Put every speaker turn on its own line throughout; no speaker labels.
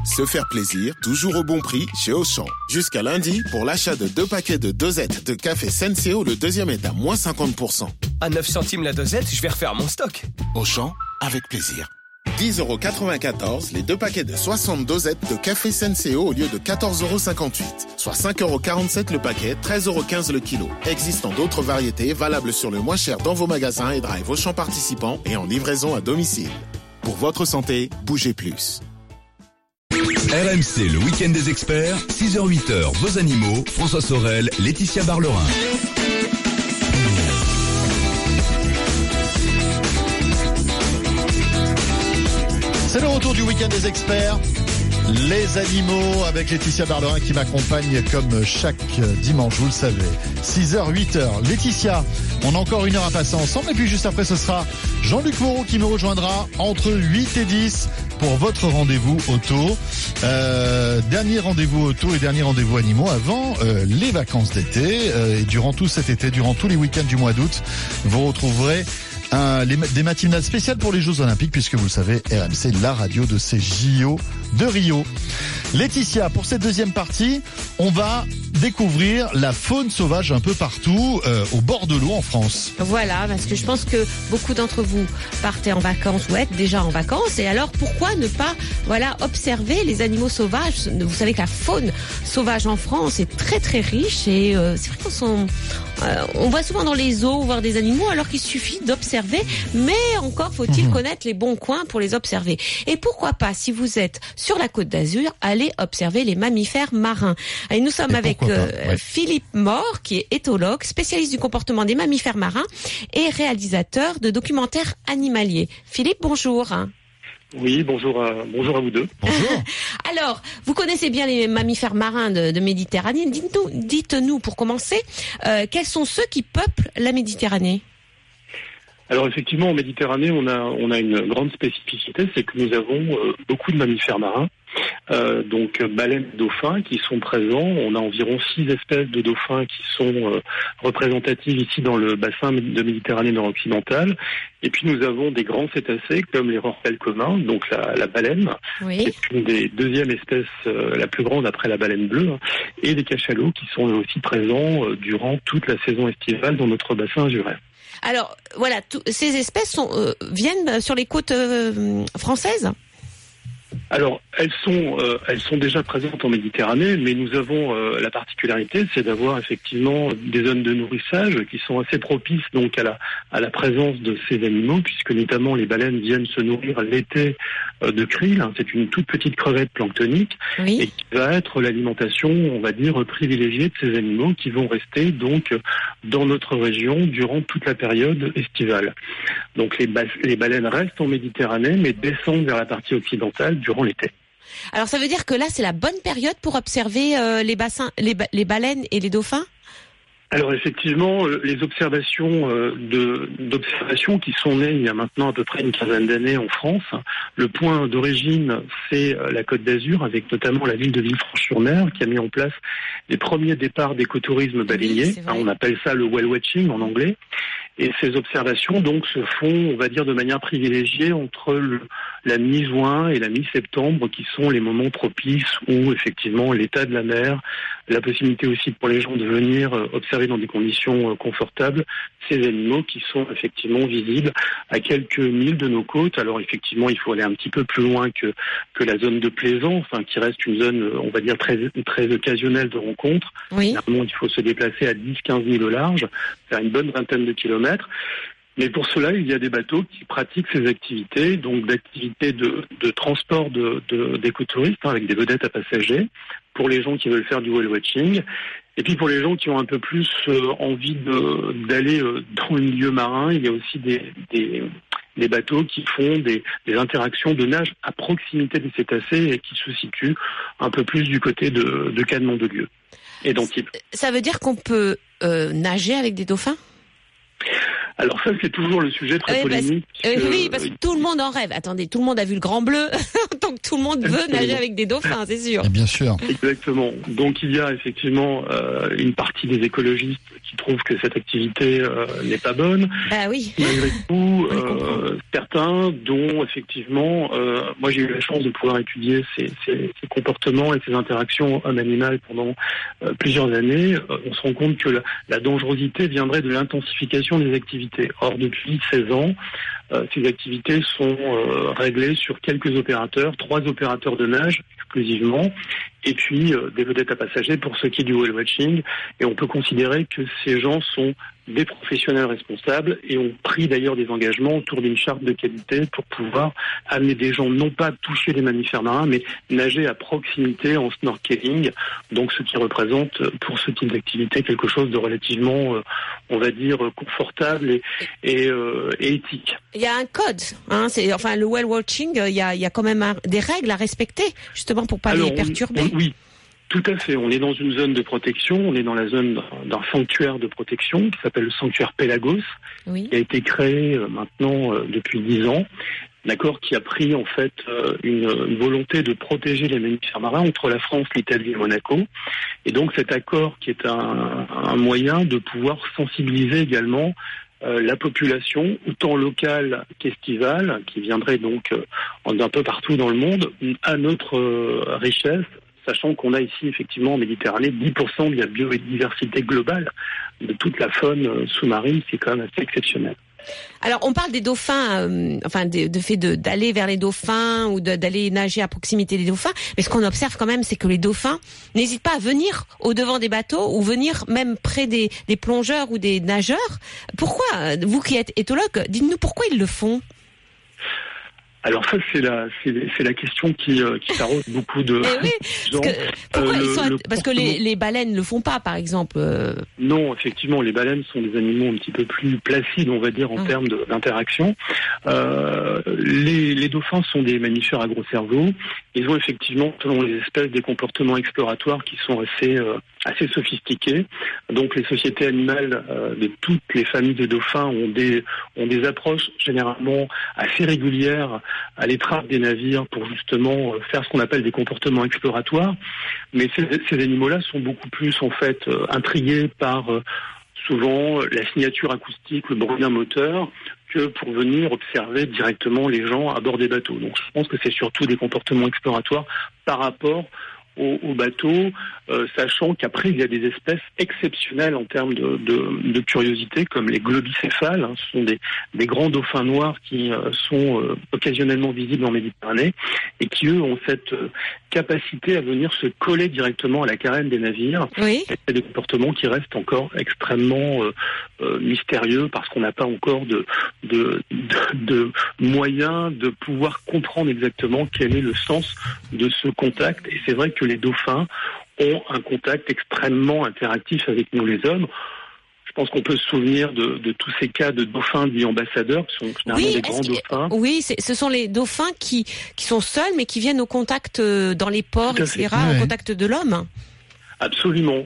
Se faire plaisir, toujours au bon prix chez Auchan. Jusqu'à lundi, pour l'achat de 2 paquets de dosettes de café Senseo, le deuxième est à moins 50%.
À 9 centimes la dosette, je vais refaire mon stock.
Auchan, avec plaisir. 10,94 € les 2 paquets de 60 dosettes de café Senseo au lieu de 14,58 €. Soit 5,47 € le paquet, 13,15 € le kilo. Existant d'autres variétés valables sur le moins cher dans vos magasins et drive Auchan participants et en livraison à domicile. Pour votre santé, bougez plus.
RMC, le week-end des experts, 6h-8h, vos animaux, François Sorel, Laetitia Barlerin.
C'est le retour du week-end des experts. Les animaux avec Laetitia Barlerin qui m'accompagne comme chaque dimanche, vous le savez. 6h, 8h. Laetitia, on a encore 1 heure à passer ensemble et puis juste après ce sera Jean-Luc Moreau qui me rejoindra entre 8 et 10 pour votre rendez-vous auto. Dernier rendez-vous auto et dernier rendez-vous animaux avant les vacances d'été. Et durant tout cet été, durant tous les week-ends du mois d'août, vous retrouverez des matinales spéciales pour les Jeux Olympiques puisque vous le savez, RMC, la radio de ces JO de Rio. Laetitia, pour cette deuxième partie, on va découvrir la faune sauvage un peu partout au bord de l'eau en France.
Voilà, parce que je pense que beaucoup d'entre vous partez en vacances ou êtes déjà en vacances. Et alors, pourquoi ne pas observer les animaux sauvages ? Vous savez que la faune sauvage en France est très très riche et c'est vrai on voit souvent dans les zoos voir des animaux alors qu'il suffit d'observer, mais encore faut-il connaître les bons coins pour les observer. Et pourquoi pas, si vous êtes sur la Côte d'Azur, aller observer les mammifères marins. Et nous sommes avec Philippe Mort, qui est éthologue, spécialiste du comportement des mammifères marins et réalisateur de documentaires animaliers. Philippe, bonjour.
Oui, bonjour à vous deux.
Bonjour.
Alors, vous connaissez bien les mammifères marins de Méditerranée. Dites-nous, pour commencer, quels sont ceux qui peuplent la Méditerranée ?
Alors effectivement, en Méditerranée, on a une grande spécificité, c'est que nous avons beaucoup de mammifères marins. Donc baleines et dauphins qui sont présents. On a environ 6 espèces de dauphins qui sont représentatives ici dans le bassin de Méditerranée nord-occidentale. Et puis nous avons des grands cétacés comme les rorquals communs, donc la baleine,
oui,
qui est une des deuxièmes espèces la plus grande après la baleine bleue, et les cachalots qui sont aussi présents durant toute la saison estivale dans notre bassin azurais.
Alors voilà, ces espèces viennent sur les côtes françaises ?
Alors, elles sont déjà présentes en Méditerranée, mais nous avons la particularité, c'est d'avoir effectivement des zones de nourrissage qui sont assez propices donc à la présence de ces animaux, puisque notamment les baleines viennent se nourrir l'été de krill. C'est une toute petite crevette planctonique,
oui,
et qui va être l'alimentation, on va dire, privilégiée de ces animaux qui vont rester donc dans notre région durant toute la période estivale. Donc les baleines restent en Méditerranée, mais descendent vers la partie occidentale durant l'été.
Alors ça veut dire que là c'est la bonne période pour observer les baleines et les dauphins ?
Alors effectivement, les observations d'observations qui sont nées il y a maintenant à peu près une quinzaine d'années en France. Le point d'origine, c'est la Côte d'Azur, avec notamment la ville de Villefranche-sur-Mer, qui a mis en place les premiers départs d'écotourisme baleinier.
Oui,
on appelle ça le whale watching en anglais. Et ces observations donc se font, on va dire, de manière privilégiée entre la mi-juin et la mi-septembre, qui sont les moments propices où effectivement l'état de la mer, la possibilité aussi pour les gens de venir observer dans des conditions confortables ces animaux qui sont effectivement visibles à quelques milles de nos côtes. Alors effectivement, il faut aller un petit peu plus loin que la zone de plaisance, qui reste une zone, on va dire, très très occasionnelle de rencontre.
Oui.
Généralement, il faut se déplacer à 10-15 000 au large, faire une bonne vingtaine de kilomètres. Mais pour cela, il y a des bateaux qui pratiquent ces activités, donc d'activités de transport d'écotouristes, avec des vedettes à passagers, pour les gens qui veulent faire du whale watching. Et puis pour les gens qui ont un peu plus envie d'aller dans le milieu marin, il y a aussi des bateaux qui font des interactions de nage à proximité des cétacés et qui se situent un peu plus du côté de Canet-Mandelieu et d'Antibes.
Ça veut dire qu'on peut nager avec des dauphins ?
Alors ça, c'est toujours le sujet très polémique.
Oui, parce que tout le monde en rêve. Attendez, tout le monde a vu le Grand Bleu, donc tout le monde veut nager avec des dauphins, c'est sûr.
Et bien sûr.
Exactement. Donc il y a effectivement une partie des écologistes qui trouvent que cette activité n'est pas bonne.
Bah oui.
Malgré tout, certains, dont effectivement, moi j'ai eu la chance de pouvoir étudier ces comportements et ces interactions homme-animal pendant plusieurs années, on se rend compte que la dangerosité viendrait de l'intensification des activités. Or, depuis 16 ans, ces activités sont réglées sur quelques opérateurs, 3 opérateurs de nage exclusivement, et puis des vedettes à passagers pour ce qui est du whale watching. Et on peut considérer que ces gens sont des professionnels responsables et ont pris d'ailleurs des engagements autour d'une charte de qualité pour pouvoir amener des gens non pas toucher les mammifères marins, mais nager à proximité en snorkeling, donc ce qui représente pour ce type d'activité quelque chose de relativement, on va dire, confortable et éthique.
Il y a un code, hein, le whale watching, il y a quand même des règles à respecter, justement pour pas les perturber.
Oui. Tout à fait. On est dans une zone de protection. On est dans la zone d'un sanctuaire de protection qui s'appelle le sanctuaire Pélagos, qui a été créé maintenant depuis 10 ans. D'accord, qui a pris en fait une volonté de protéger les mammifères marins entre la France, l'Italie et Monaco. Et donc cet accord qui est un moyen de pouvoir sensibiliser également la population, autant locale qu'estivale, qui viendrait donc d'un peu partout dans le monde, à notre richesse, sachant qu'on a ici effectivement en Méditerranée 10% de la biodiversité globale de toute la faune sous-marine, c'est quand même assez exceptionnel.
Alors on parle des dauphins, de fait d'aller vers les dauphins ou d'aller nager à proximité des dauphins, mais ce qu'on observe quand même, c'est que les dauphins n'hésitent pas à venir au devant des bateaux ou venir même près des plongeurs ou des nageurs. Pourquoi, vous qui êtes éthologue, dites-nous pourquoi ils le font?
Alors ça, c'est la question qui s'arrose beaucoup de gens.
Parce que les baleines le font pas, par exemple.
Non, effectivement, les baleines sont des animaux un petit peu plus placides, on va dire, en termes d'interaction. Les dauphins sont des mammifères à gros cerveau. Ils ont effectivement, selon les espèces, des comportements exploratoires qui sont assez sophistiqués. Donc les sociétés animales de toutes les familles de dauphins ont des approches généralement assez régulières à l'étrave des navires pour justement faire ce qu'on appelle des comportements exploratoires. Mais ces animaux-là sont beaucoup plus en fait intrigués par souvent la signature acoustique, le bruit d'un moteur, que pour venir observer directement les gens à bord des bateaux. Donc je pense que c'est surtout des comportements exploratoires par rapport au bateau, sachant qu'après il y a des espèces exceptionnelles en termes de curiosité, comme les globicéphales, hein. Ce sont des grands dauphins noirs qui sont occasionnellement visibles en Méditerranée et qui eux ont cette capacité à venir se coller directement à la carène des navires.
Oui.
C'est des comportements qui restent encore extrêmement mystérieux parce qu'on n'a pas encore de moyens de pouvoir comprendre exactement quel est le sens de ce contact. Et c'est vrai que les dauphins ont un contact extrêmement interactif avec nous les hommes. Je pense qu'on peut se souvenir de tous ces cas de dauphins dits ambassadeurs, qui sont généralement des grands dauphins.
Oui, ce sont les dauphins qui sont seuls, mais qui viennent au contact dans les ports, etc., au contact de l'homme.
Absolument.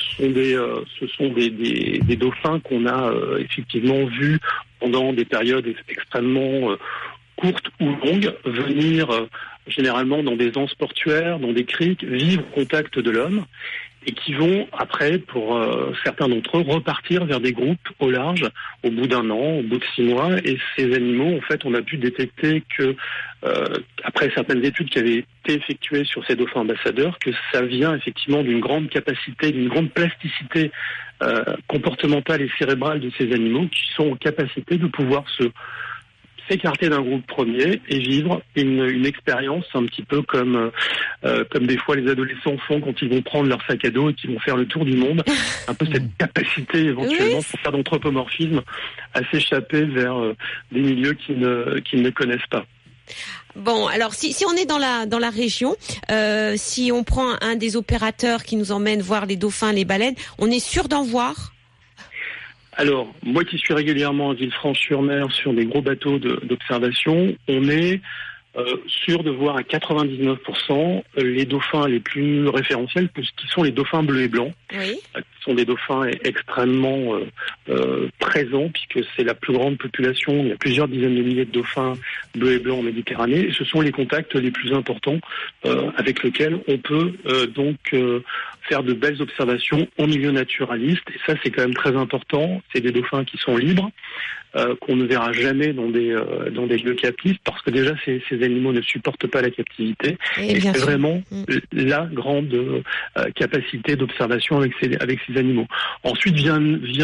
Ce sont des dauphins qu'on a effectivement vus pendant des périodes extrêmement courtes ou longues venir généralement dans des anses portuaires, dans des criques, vivre au contact de l'homme et qui vont après, pour certains d'entre eux, repartir vers des groupes au large au bout d'1 an, au bout de 6 mois. Et ces animaux, en fait, on a pu détecter que, après certaines études qui avaient été effectuées sur ces dauphins ambassadeurs, que ça vient effectivement d'une grande capacité, d'une grande plasticité comportementale et cérébrale de ces animaux qui sont en capacité de pouvoir s'écarter d'un groupe premier et vivre une expérience un petit peu comme des fois les adolescents font quand ils vont prendre leur sac à dos et qu'ils vont faire le tour du monde. Un peu cette capacité éventuellement pour faire d'anthropomorphisme à s'échapper vers des milieux qu'ils ne connaissent pas.
Bon, alors si on est dans la région, si on prend un des opérateurs qui nous emmène voir les dauphins, les baleines, on est sûr d'en voir?
Alors, moi qui suis régulièrement à Villefranche-sur-Mer sur des gros bateaux d'observation, on est sûr de voir à 99% les dauphins les plus référentiels, qui sont les dauphins bleus et blancs,
Oui.
qui sont des dauphins extrêmement présents, puisque c'est la plus grande population. Il y a plusieurs dizaines de milliers de dauphins bleus et blancs en Méditerranée. Et ce sont les contacts les plus importants avec lesquels on peut faire de belles observations en milieu naturaliste. Et ça, c'est quand même très important. C'est des dauphins qui sont libres, qu'on ne verra jamais dans des lieux captifs, parce que déjà ces animaux ne supportent pas la captivité. Et c'est vraiment la grande capacité d'observation avec ces animaux. Ensuite vient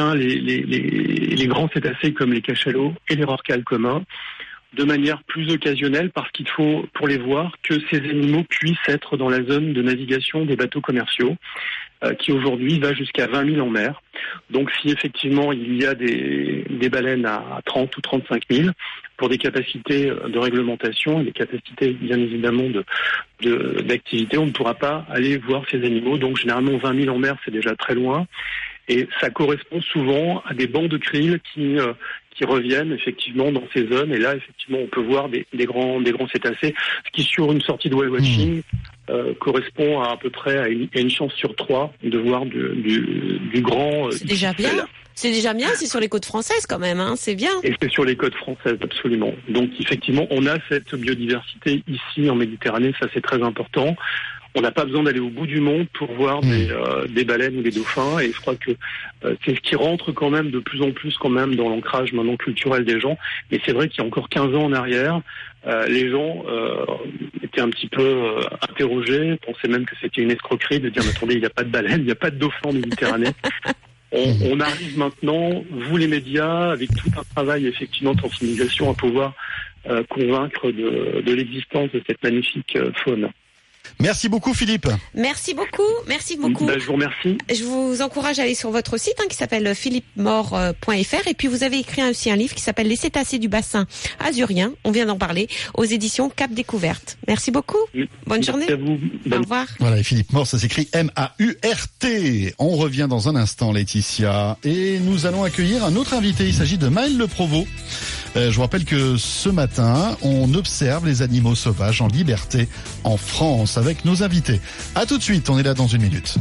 les grands cétacés comme les cachalots et les rorquals communs, de manière plus occasionnelle, parce qu'il faut, pour les voir, que ces animaux puissent être dans la zone de navigation des bateaux commerciaux, qui aujourd'hui va jusqu'à 20 000 en mer. Donc si effectivement il y a des baleines à 30 ou 35 000, pour des capacités de réglementation et des capacités bien évidemment d'activité, on ne pourra pas aller voir ces animaux. Donc généralement 20 000 en mer, c'est déjà très loin. Et ça correspond souvent à des bancs de krill qui reviennent effectivement dans ces zones. Et là, effectivement, on peut voir des grands cétacés, ce qui, sur une sortie de whale watching, correspond à peu près à une chance sur 3 de voir du grand.
C'est déjà bien. C'est déjà bien, c'est sur les côtes françaises quand même, hein, c'est bien.
Et c'est sur les côtes françaises, absolument. Donc effectivement, on a cette biodiversité ici en Méditerranée, ça c'est très important. On n'a pas besoin d'aller au bout du monde pour voir des baleines ou des dauphins, et je crois que c'est ce qui rentre quand même de plus en plus quand même dans l'ancrage maintenant culturel des gens. Mais c'est vrai qu'il y a encore 15 ans en arrière, les gens étaient un petit peu interrogés, pensaient même que c'était une escroquerie de dire mais attendez, il n'y a pas de baleines, il n'y a pas de dauphins en Méditerranée. On arrive maintenant, vous les médias, avec tout un travail effectivement de sensibilisation, à pouvoir convaincre de l'existence de cette magnifique faune.
Merci beaucoup Philippe.
Merci beaucoup.
Je vous remercie.
Je vous encourage à aller sur votre site qui s'appelle philippemort.fr, et puis vous avez écrit aussi un livre qui s'appelle Les cétacés du bassin azurien, on vient d'en parler, aux éditions Cap Découverte. Merci beaucoup. Bonne journée.
Merci à vous.
Au revoir.
Voilà, et Philippe Mort, ça s'écrit M-A-U-R-T. On revient dans un instant, Laetitia, et nous allons accueillir un autre invité. Il s'agit de Maël Le Provost. Je vous rappelle que ce matin, on observe les animaux sauvages en liberté en France avec nos invités. À tout de suite, on est là dans une minute.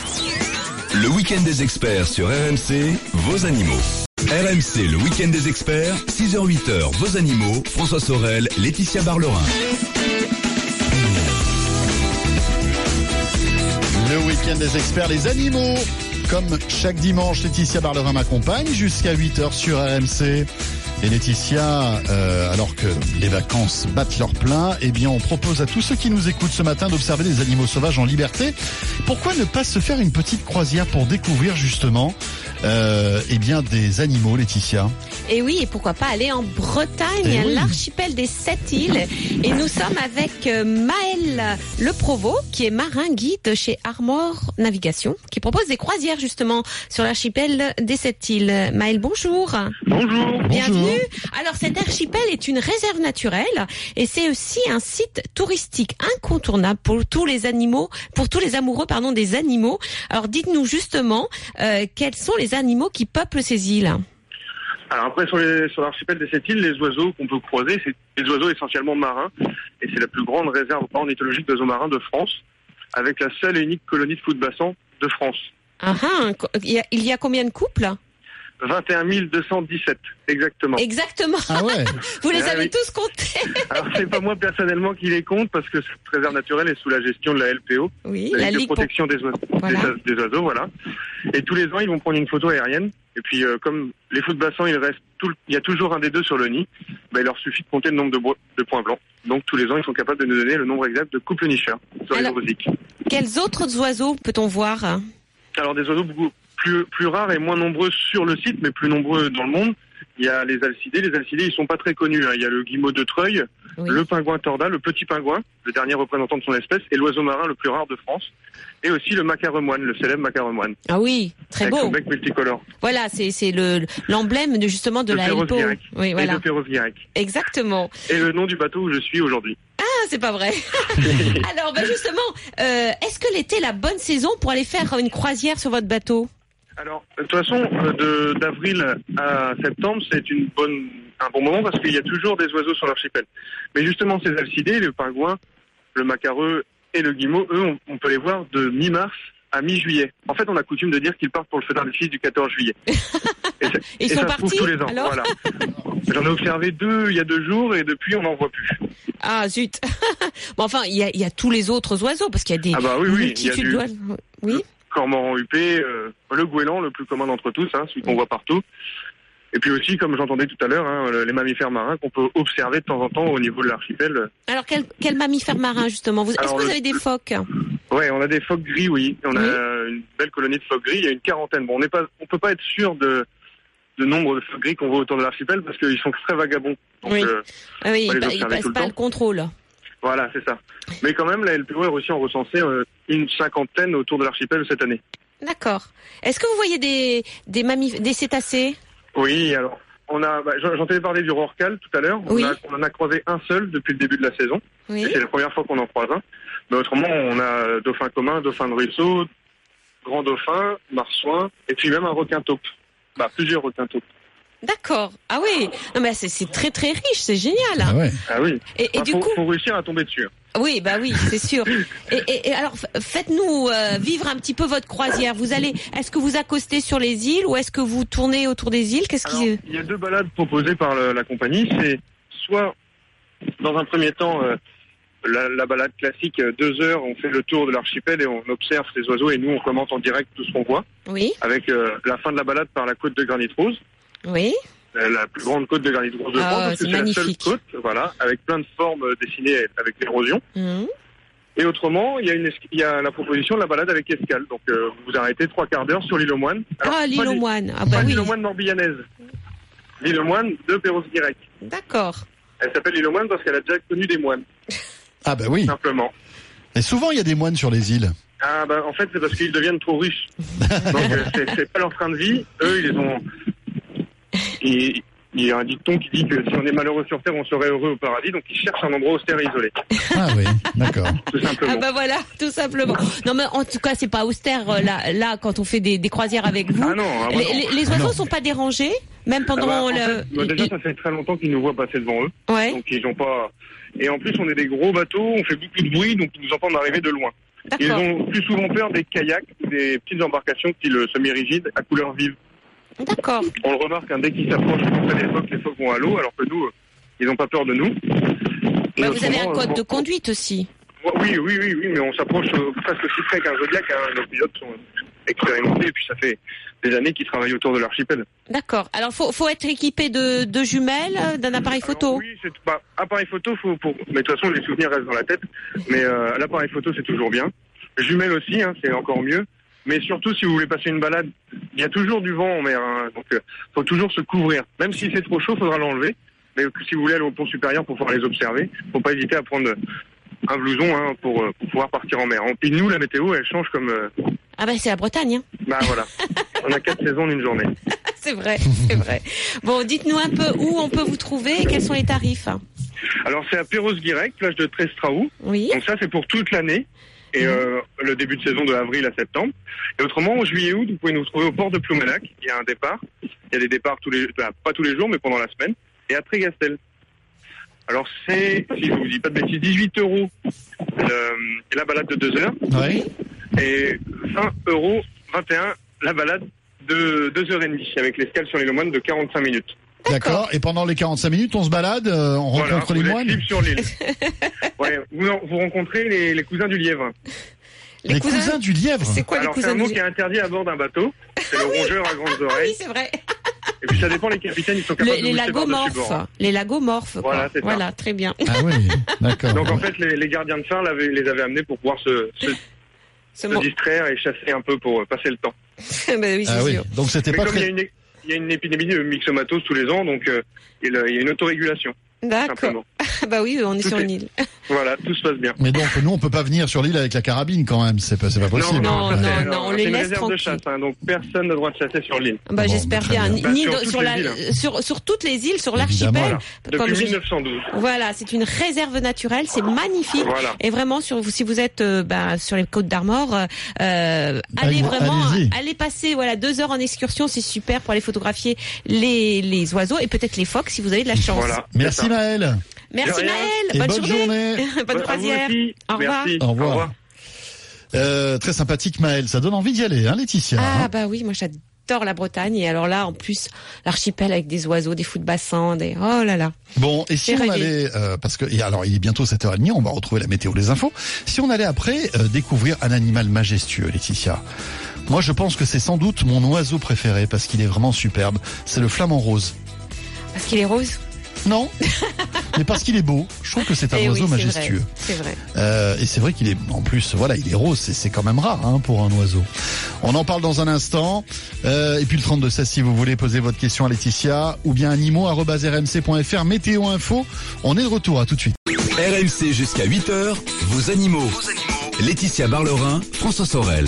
Le week-end des experts sur RMC, vos animaux. RMC, le week-end des experts, 6h-8h, vos animaux, François Sorel, Laetitia Barlerin.
Le week-end des experts, les animaux. Comme chaque dimanche, Laetitia Barlerin m'accompagne jusqu'à 8h sur RMC. Et Laetitia, alors que les vacances battent leur plein, eh bien on propose à tous ceux qui nous écoutent ce matin d'observer les animaux sauvages en liberté. Pourquoi ne pas se faire une petite croisière pour découvrir justement des animaux, Laetitia?
Et oui, et pourquoi pas aller en Bretagne, l'archipel des 7 îles. Et nous sommes avec Maël Le Provost, qui est marin guide chez Armor Navigation, qui propose des croisières justement sur l'archipel des 7 îles. Maël, bonjour.
Bonjour.
Bienvenue. Alors cet archipel est une réserve naturelle et c'est aussi un site touristique incontournable pour tous les animaux, pour tous les amoureux des animaux. Alors dites-nous justement quels sont les animaux qui peuplent ces îles.
Alors après, sur l'archipel des 7 îles, les oiseaux qu'on peut croiser, c'est des oiseaux essentiellement marins. Et c'est la plus grande réserve ornithologique d'oiseaux marins de France, avec la seule et unique colonie de foutre-bassin de France.
Il y a combien de couples ?
21 217, exactement.
Exactement.
Ah ouais.
Vous les avez tous comptés.
Alors c'est pas moi personnellement qui les compte, parce que cette réserve naturelle est sous la gestion de la LPO,
la Ligue
de protection des oiseaux, voilà. Et tous les ans ils vont prendre une photo aérienne. Et puis comme les foutre-bassins, il y a toujours un des deux sur le nid, il leur suffit de compter le nombre de points blancs. Donc tous les ans ils sont capables de nous donner le nombre exact de couples nicheurs sur les ovoziques.
Quels autres oiseaux peut-on voir ?
Alors des oiseaux beaucoup plus rares et moins nombreux sur le site, mais plus nombreux dans le monde. Il y a les alcidés. Les alcidés, ils sont pas très connus. Il y a le guillemot de Treuil, le pingouin torda, le petit pingouin, le dernier représentant de son espèce, et l'oiseau marin le plus rare de France. Et aussi le macaremoine, le célèbre macaremoine.
Ah oui, très beau.
Avec son bec multicolore.
Voilà, c'est l'emblème justement de la LPO.
Oui, voilà. Et de Perros-Guirec.
Exactement.
Et le nom du bateau où je suis aujourd'hui.
Ah, c'est pas vrai. Alors, justement, est-ce que l'été est la bonne saison pour aller faire une croisière sur votre bateau ?
Alors, de toute façon, d'avril à septembre, c'est un bon moment parce qu'il y a toujours des oiseaux sur l'archipel. Mais justement, ces alcidés, le pingouin, le macareux et le guillemot, eux, on peut les voir de mi-mars à mi-juillet. En fait, on a coutume de dire qu'ils partent pour le feu d'artifice du 14 juillet.
Ils sont
ça
partis
se trouve tous les ans.
alors
Voilà. J'en ai observé 2 il y a 2 jours et depuis, on n'en voit plus.
Ah zut. Bon, enfin, il y a tous les autres oiseaux parce qu'il y a des multitudes d'oiseaux. Oui.
Le cormoran huppé, le goéland, le plus commun d'entre tous, celui qu'on voit partout. Et puis aussi, comme j'entendais tout à l'heure, les mammifères marins qu'on peut observer de temps en temps au niveau de l'archipel.
Alors, quel mammifère marin, justement? Est-ce que vous avez des phoques?
Ouais, on a des phoques gris, oui. On a une belle colonie de phoques gris. Il y a une quarantaine. Bon, on peut pas être sûr de nombre de phoques gris qu'on voit autour de l'archipel parce qu'ils sont très vagabonds. Donc,
oui. Ils passent pas le contrôle.
Voilà, c'est ça. Mais quand même, la LPO a réussi à en recenser une 50aine autour de l'archipel cette année.
D'accord. Est-ce que vous voyez des cétacés? Oui,
alors, j'en t'avais parlé du rorqual tout à l'heure.
Oui.
On en a croisé un seul depuis le début de la saison.
Oui.
Et c'est la première fois qu'on en croise un. Mais autrement, on a dauphin commun, dauphin de ruisseau, grand dauphin, marsouin, et puis même un requin taupe. Plusieurs requins taupes.
D'accord. Ah oui. Non, mais c'est très très riche, c'est génial.
Ah ouais.
Ah oui.
Et du coup,
faut réussir à tomber dessus.
Oui, oui, c'est sûr. Et alors, faites-nous vivre un petit peu votre croisière. Est-ce que vous accostez sur les îles ou est-ce que vous tournez autour des îles?
Il y a 2 balades proposées par la compagnie. C'est soit, dans un premier temps, la balade classique, 2 heures, on fait le tour de l'archipel et on observe ces oiseaux et nous, on commente en direct tout ce qu'on voit.
Oui.
Avec la fin de la balade par la côte de Granit Rose. Oui. La plus grande côte de Granit Rose de France, parce que c'est magnifique. La seule côte, avec plein de formes dessinées avec l'érosion. Mmh. Et autrement, il y a la proposition de la balade avec escale. Donc, vous arrêtez 3 quarts d'heure sur l'île aux Moines.
L'île aux Moines.
L'île aux Moines morbihanaise. L'île aux Moines de Perros-Guirec.
D'accord.
Elle s'appelle l'île aux Moines parce qu'elle a déjà connu des moines.
Ah oui.
Simplement.
Et souvent, il y a des moines sur les îles.
En fait, c'est parce qu'ils deviennent trop riches. Donc, c'est pas leur train de vie. Eux, ils les ont... Il y a un dicton qui dit que si on est malheureux sur Terre, on serait heureux au paradis. Donc, ils cherchent un endroit austère et isolé.
Ah oui, d'accord.
Tout simplement.
Voilà, tout simplement. Non, mais en tout cas, c'est pas austère, là, quand on fait des croisières avec vous.
Ah non.
Les oiseaux sont pas dérangés, même pendant
déjà, ça fait très longtemps qu'ils nous voient passer devant eux.
Ouais.
Donc, ils ont pas... Et en plus, on est des gros bateaux, on fait beaucoup de bruit, donc ils nous entendent arriver de loin.
D'accord.
Ils ont plus souvent peur des kayaks, des petites embarcations style semi-rigides à couleur vive.
D'accord.
On le remarque, dès qu'ils s'approchent près des phoques, les phoques vont à l'eau, alors que nous, ils n'ont pas peur de nous.
Vous avez un code de conduite aussi.
Oui, mais on s'approche presque aussi près qu'un Zodiac. Nos pilotes sont expérimentés, et puis ça fait des années qu'ils travaillent autour de l'archipel.
D'accord. Alors, faut être équipé de jumelles, d'un appareil photo.
Oui, appareil photo, mais de toute façon, les souvenirs restent dans la tête. Mais l'appareil photo, c'est toujours bien. Jumelles aussi, c'est encore mieux. Mais surtout, si vous voulez passer une balade, il y a toujours du vent en mer, donc faut toujours se couvrir. Même si c'est trop chaud, faudra l'enlever. Mais si vous voulez aller au pont supérieur pour pouvoir les observer, faut pas hésiter à prendre un blouson pour pouvoir partir en mer. Et nous, la météo, elle change comme...
c'est la Bretagne.
Voilà. On a 4 saisons en une journée.
C'est vrai. Bon, dites-nous un peu où on peut vous trouver et quels sont les tarifs.
Alors, c'est à Perros-Guirec, plage de Trestraou.
Oui.
Donc ça, c'est pour toute l'année. Et le début de saison de avril à septembre. Et autrement, en juillet-août, vous pouvez nous retrouver au port de Ploumanac. Il y a un départ. Il y a des départs pas tous les jours, mais pendant la semaine. Et à Trégastel. Alors c'est, si je vous dis pas de bêtises, 18 € la balade de 2 heures.
Oui.
Et 20,21 € la balade de 2h30 avec l'escale sur l'île aux Moines de 45 minutes.
D'accord. Et pendant les 45 minutes, on se balade, on rencontre les moines.
Vous êtes libre sur l'île. Vous rencontrez les cousins du lièvre.
Les cousins du lièvre.
C'est quoi les cousins du lièvre?
C'est un mot qui est interdit à bord d'un bateau. C'est le rongeur à grandes oreilles.
Oui, c'est vrai.
Et puis ça dépend, les capitaines, ils sont capables de boucher par-dessus bord.
Les lagomorphes.
Voilà, c'est ça.
Voilà, très bien.
Ah oui, d'accord.
Donc en fait, les gardiens de phare les avaient amenés pour pouvoir se distraire et chasser un peu pour passer le temps.
Oui, c'est sûr.
Donc c'était pas très...
Il y a une épidémie de myxomatose tous les ans, donc il y a une autorégulation.
D'accord. Bah oui, on est sur une île.
Voilà, tout se passe bien.
Mais donc, nous, on peut pas venir sur l'île avec la carabine quand même. C'est pas possible.
Non, on les laisse
réserve de chasse, donc personne n'a le droit de chasser sur l'île.
Bah, j'espère bien. Ni
sur
toutes les îles, sur l'archipel.
Voilà. Depuis 1912.
Voilà, c'est une réserve naturelle, c'est magnifique.
Voilà.
Et vraiment, si vous êtes sur les Côtes d'Armor, allez passer 2 heures en excursion, c'est super pour aller photographier les oiseaux et peut-être les phoques si vous avez de la chance.
Voilà.
Merci Maëlle.
Merci Maëlle. Bonne journée. Bonne croisière. Au revoir.
Au revoir. Très sympathique Maëlle, ça donne envie d'y aller, hein, Laetitia.
Ah bah oui, moi j'adore la Bretagne et alors là en plus l'archipel avec des oiseaux, des fous de bassin, oh là là.
Bon, et si on allait parce que alors il est bientôt 7h30, on va retrouver la météo, les infos. Si on allait après découvrir un animal majestueux, Laetitia. Moi je pense que c'est sans doute mon oiseau préféré parce qu'il est vraiment superbe, c'est le flamant rose. Parce qu'il est rose ? Non, mais parce qu'il est beau. Je trouve que c'est un oiseau majestueux.
C'est vrai.
Et c'est vrai qu'il est, en plus, il est rose. C'est quand même rare pour un oiseau. On en parle dans un instant. Et puis le 32-16 si vous voulez poser votre question à Laetitia, ou bien animaux@rmc.fr. Météo info. On est de retour. À tout de suite.
RMC jusqu'à 8h. Vos animaux. Laetitia Barlerin, François Sorel.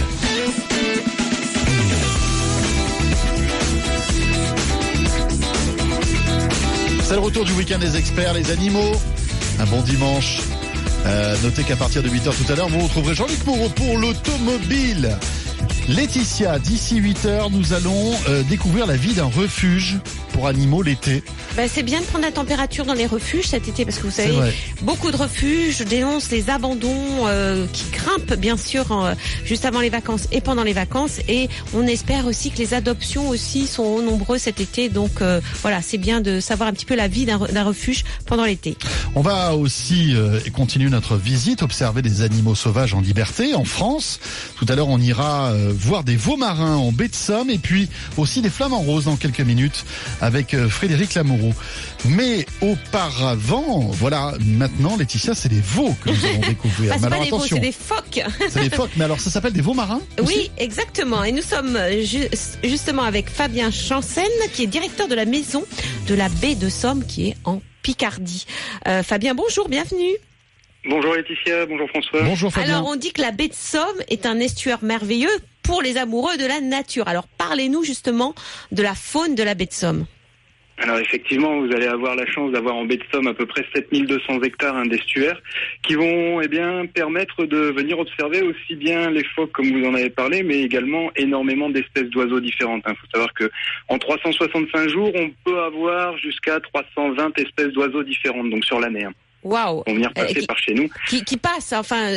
C'est le retour du week-end des experts, les animaux. Un bon dimanche. Notez qu'à partir de 8h tout à l'heure, vous retrouverez Jean-Luc Moreau pour l'automobile. Laetitia, d'ici 8h, nous allons découvrir la vie d'un refuge pour animaux l'été.
C'est bien de prendre la température dans les refuges cet été parce que vous savez, beaucoup de refuges dénoncent les abandons qui grimpent bien sûr juste avant les vacances et pendant les vacances, et on espère aussi que les adoptions aussi sont nombreuses cet été, donc c'est bien de savoir un petit peu la vie d'un refuge pendant l'été.
On va aussi continuer notre visite, observer des animaux sauvages en liberté en France. Tout à l'heure on ira voir des veaux marins en baie de Somme et puis aussi des flamants roses dans quelques minutes avec Frédéric Lamoureux. Mais auparavant, maintenant Laetitia, c'est des veaux que nous allons découvrir.
C'est pas des veaux, c'est des phoques.
C'est des phoques, mais alors ça s'appelle des veaux marins aussi ?
Oui, exactement. Et nous sommes justement avec Fabien Chansen, qui est directeur de la maison de la baie de Somme, qui est en Picardie. Fabien, bonjour, bienvenue.
Bonjour Laetitia, bonjour François.
Bonjour Fabien.
Alors on dit que la baie de Somme est un estuaire merveilleux pour les amoureux de la nature. Alors parlez-nous justement de la faune de la baie de Somme.
Alors effectivement, vous allez avoir la chance d'avoir en baie de Somme à peu près 7200 hectares d'estuaires qui vont permettre de venir observer aussi bien les phoques comme vous en avez parlé, mais également énormément d'espèces d'oiseaux différentes. Il faut savoir que en 365 jours, on peut avoir jusqu'à 320 espèces d'oiseaux différentes, donc sur l'année.
Waouh!
Vont venir passer par chez nous.
Qui passent. Enfin,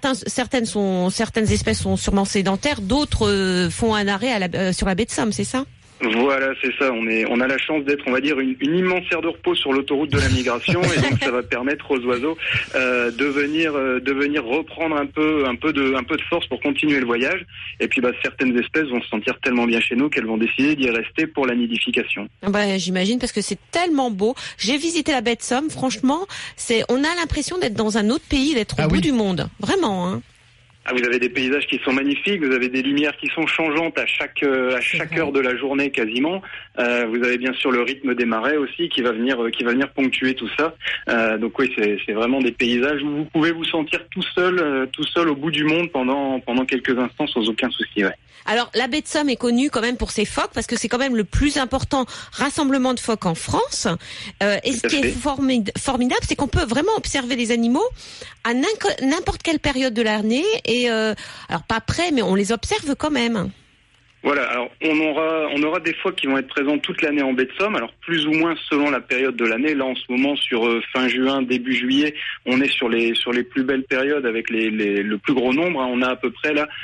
certaines espèces sont sûrement sédentaires, d'autres font un arrêt sur la baie de Somme, c'est ça?
Voilà, c'est ça. On a la chance d'être, on va dire, une immense aire de repos sur l'autoroute de la migration, et donc ça va permettre aux oiseaux de venir reprendre un peu de force pour continuer le voyage. Et puis, certaines espèces vont se sentir tellement bien chez nous qu'elles vont décider d'y rester pour la nidification.
J'imagine, parce que c'est tellement beau. J'ai visité la baie de Somme. Franchement, on a l'impression d'être dans un autre pays, d'être au bout du monde. Vraiment, hein.
Vous avez des paysages qui sont magnifiques, vous avez des lumières qui sont changeantes à chaque heure de la journée quasiment. Vous avez bien sûr le rythme des marais aussi qui va venir ponctuer tout ça. Donc oui, c'est vraiment des paysages où vous pouvez vous sentir tout seul au bout du monde pendant quelques instants sans aucun souci. Ouais.
Alors la baie de Somme est connue quand même pour ses phoques parce que c'est quand même le plus important rassemblement de phoques en France. Et ce qui est formidable, c'est qu'on peut vraiment observer les animaux à n'importe quelle période de l'année. Et alors pas près, mais on les observe quand même.
Voilà, alors on aura des phoques qui vont être présents toute l'année en baie de Somme, alors plus ou moins selon la période de l'année. Là en ce moment sur fin juin, début juillet, on est sur les plus belles périodes avec le plus gros nombre. On a à peu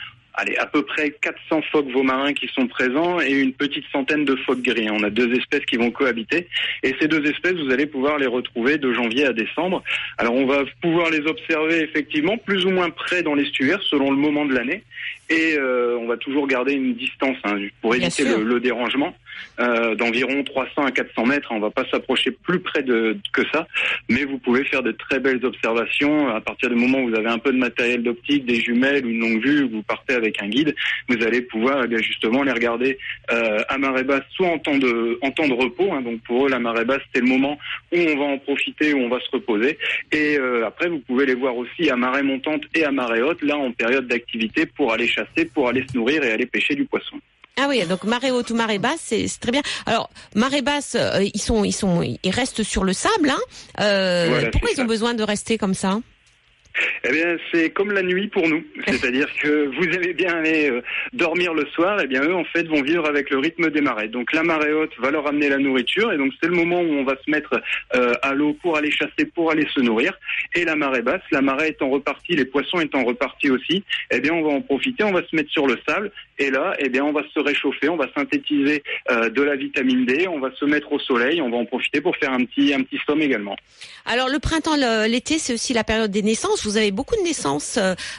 près 400 phoques veaux marins qui sont présents et une petite centaine de phoques gris. On a 2 espèces qui vont cohabiter et ces 2 espèces, vous allez pouvoir les retrouver de janvier à décembre. Alors on va pouvoir les observer effectivement plus ou moins près dans l'estuaire selon le moment de l'année et on va toujours garder une distance pour éviter le dérangement.
d'environ 300 à 400 mètres. On va pas s'approcher plus près que ça, mais vous pouvez faire de très belles observations à partir du moment où vous avez un peu de matériel d'optique, des jumelles ou une longue vue, vous partez avec un guide, vous allez pouvoir justement les regarder à marée basse, soit en temps de repos. Donc pour eux, la marée basse, c'est le moment où on va en profiter, où on va se reposer. Et après, vous pouvez les voir aussi à marée montante et à marée haute, là en période d'activité, pour aller chasser, pour aller se nourrir et aller pêcher du poisson.
Ah oui, donc marée haute ou marée basse, c'est très bien. Alors marée basse, ils restent sur le sable. Voilà, pourquoi ils ont besoin de rester comme ça ?
Eh bien, c'est comme la nuit pour nous. C'est-à-dire que vous aimez bien aller dormir le soir, eh bien eux, en fait, vont vivre avec le rythme des marées. Donc la marée haute va leur amener la nourriture, et donc c'est le moment où on va se mettre à l'eau pour aller chasser, pour aller se nourrir. Et la marée basse, la marée étant repartie, les poissons étant repartis aussi, eh bien on va en profiter, on va se mettre sur le sable, et là, eh bien on va se réchauffer, on va synthétiser de la vitamine D, on va se mettre au soleil, on va en profiter pour faire un petit somme également.
Alors le printemps, l'été, c'est aussi la période des naissances. Vous avez beaucoup de naissances,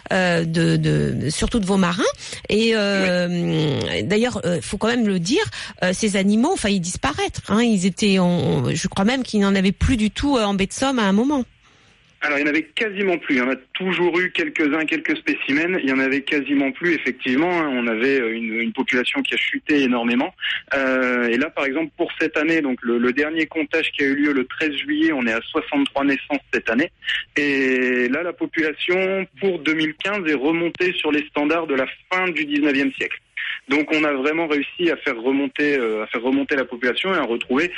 surtout de vos marins. Et d'ailleurs, faut quand même le dire, ces animaux ont failli disparaître. Ils étaient, je crois même qu'il n'en avait plus du tout en baie de Somme à un moment.
Alors, il n'y en avait quasiment plus. Il y en a toujours eu quelques spécimens. Il y en avait quasiment plus, effectivement. On avait une population qui a chuté énormément. Et là, par exemple, pour cette année, donc le dernier comptage qui a eu lieu le 13 juillet, on est à 63 naissances cette année. Et là, la population, pour 2015, est remontée sur les standards de la fin du 19e siècle. Donc on a vraiment réussi à faire remonter la population et à retrouver